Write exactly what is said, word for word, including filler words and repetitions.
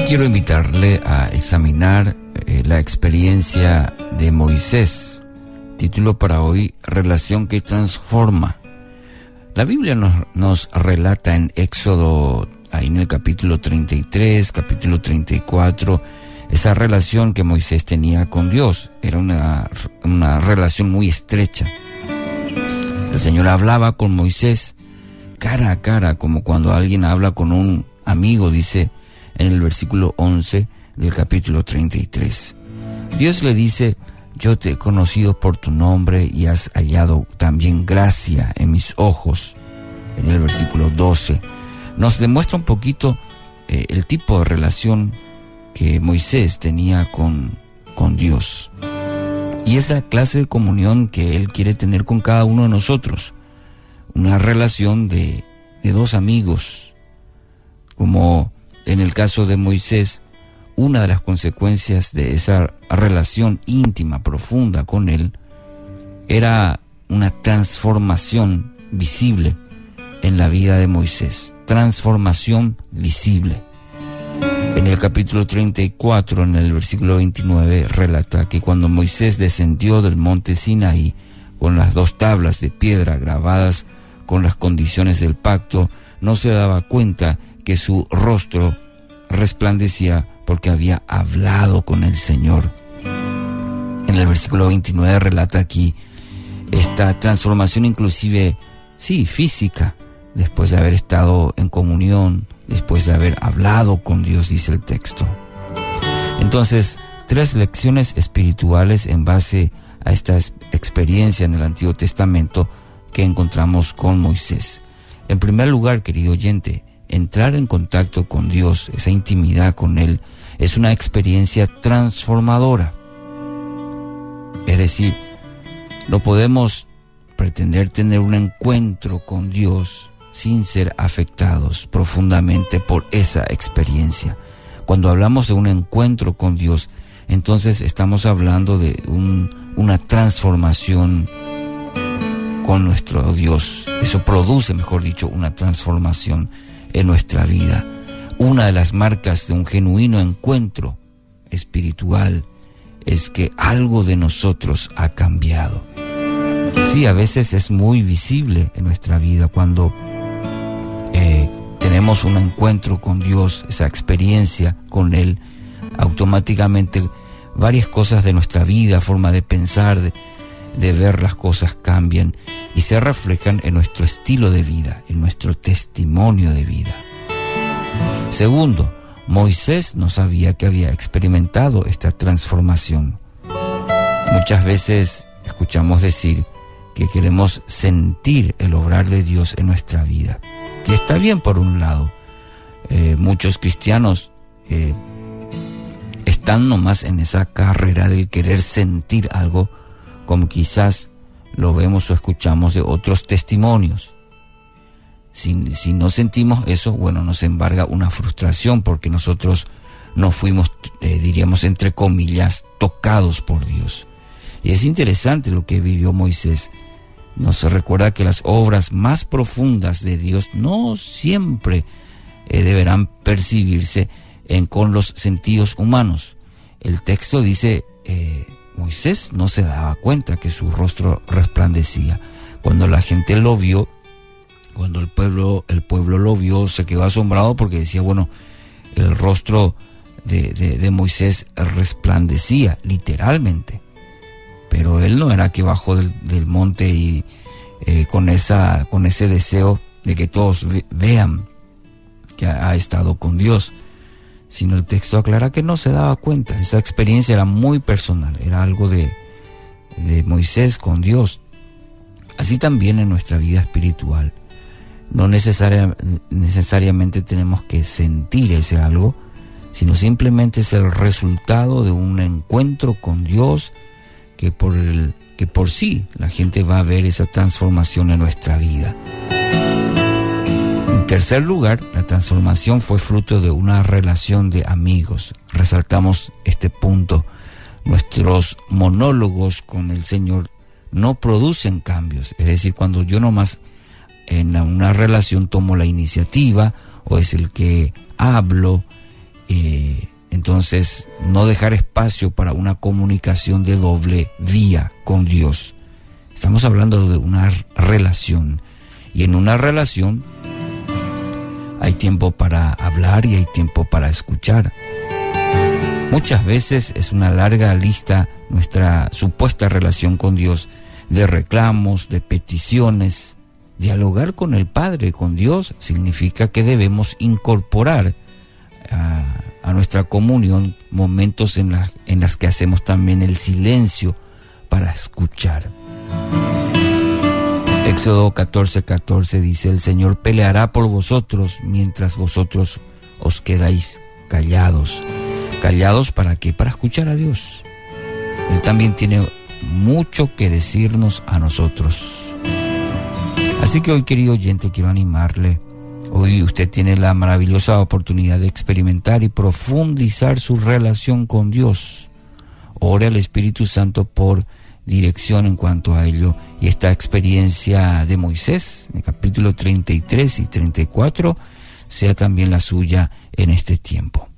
quiero invitarle a examinar eh, la experiencia de Moisés. Título para hoy: Relación que transforma. La Biblia nos, nos relata en Éxodo, ahí en el capítulo treinta y tres, capítulo treinta y cuatro, esa relación que Moisés tenía con Dios. Era una, una relación muy estrecha. El Señor hablaba con Moisés cara a cara, como cuando alguien habla con un amigo, dice en el versículo once del capítulo treinta y tres. Dios le dice: yo te he conocido por tu nombre y has hallado también gracia en mis ojos. En el versículo doce nos demuestra un poquito eh, el tipo de relación que Moisés tenía con, con Dios. Y es la clase de comunión que Él quiere tener con cada uno de nosotros. Una relación de, de dos amigos. Como en el caso de Moisés, una de las consecuencias de esa relación íntima, profunda con Él, era una transformación visible en la vida de Moisés. Transformación visible. En el capítulo treinta y cuatro, en el versículo veintinueve, relata que cuando Moisés descendió del monte Sinaí con las dos tablas de piedra grabadas con las condiciones del pacto, no se daba cuenta que su rostro resplandecía porque había hablado con el Señor. En el versículo veintinueve relata aquí esta transformación, inclusive, sí, física, después de haber estado en comunión, después de haber hablado con Dios, dice el texto. Entonces, tres lecciones espirituales en base a esta experiencia en el Antiguo Testamento que encontramos con Moisés. En primer lugar, querido oyente, entrar en contacto con Dios, esa intimidad con Él, es una experiencia transformadora. Es decir, no podemos pretender tener un encuentro con Dios sin ser afectados profundamente por esa experiencia. Cuando hablamos de un encuentro con Dios, entonces estamos hablando de un, una transformación con nuestro Dios. Eso produce, mejor dicho, una transformación en nuestra vida. Una de las marcas de un genuino encuentro espiritual es que algo de nosotros ha cambiado. Sí, a veces es muy visible en nuestra vida cuando eh, tenemos un encuentro con Dios, esa experiencia con Él. Automáticamente varias cosas de nuestra vida, forma de pensar, de, de ver las cosas cambian y se reflejan en nuestro estilo de vida, en nuestro testimonio de vida. Segundo, Moisés no sabía que había experimentado esta transformación. Muchas veces escuchamos decir que queremos sentir el obrar de Dios en nuestra vida. Y está bien por un lado. Eh, muchos cristianos eh, están nomás en esa carrera del querer sentir algo, como quizás lo vemos o escuchamos de otros testimonios. Si, si no sentimos eso, bueno, nos embarga una frustración porque nosotros no fuimos, eh, diríamos entre comillas, tocados por Dios. Y es interesante lo que vivió Moisés. Nos recuerda que las obras más profundas de Dios no siempre eh, deberán percibirse en, con los sentidos humanos. El texto dice, eh, Moisés no se daba cuenta que su rostro resplandecía. Cuando la gente lo vio, Cuando el pueblo, el pueblo lo vio, se quedó asombrado porque decía, bueno, el rostro de, de, de Moisés resplandecía, literalmente. Pero él no era que bajó del, del monte y eh, con, esa, con ese deseo de que todos ve, vean que ha, ha estado con Dios. Sino el texto aclara que no se daba cuenta. Esa experiencia era muy personal, era algo de, de Moisés con Dios. Así también en nuestra vida espiritual. No necesaria, necesariamente tenemos que sentir ese algo, sino simplemente es el resultado de un encuentro con Dios que por, el, que por sí la gente va a ver esa transformación en nuestra vida. En tercer lugar, la transformación fue fruto de una relación de amigos. Resaltamos este punto. Nuestros monólogos con el Señor no producen cambios. Es decir, cuando yo nomás en una relación tomo la iniciativa o es el que hablo, eh, entonces no dejar espacio para una comunicación de doble vía con Dios. Estamos hablando de una relación, y en una relación hay tiempo para hablar y hay tiempo para escuchar. Muchas veces es una larga lista nuestra supuesta relación con Dios, de reclamos, de peticiones. Dialogar con el Padre, con Dios, significa que debemos incorporar a, a nuestra comunión momentos en, la, en las que hacemos también el silencio para escuchar. Éxodo catorce, catorce dice: el Señor peleará por vosotros mientras vosotros os quedáis callados. ¿Callados para qué? Para escuchar a Dios. Él también tiene mucho que decirnos a nosotros. Así que hoy, querido oyente, quiero animarle. Hoy usted tiene la maravillosa oportunidad de experimentar y profundizar su relación con Dios. Ore al Espíritu Santo por dirección en cuanto a ello. Y esta experiencia de Moisés, en el capítulo treinta y tres y treinta y cuatro, sea también la suya en este tiempo.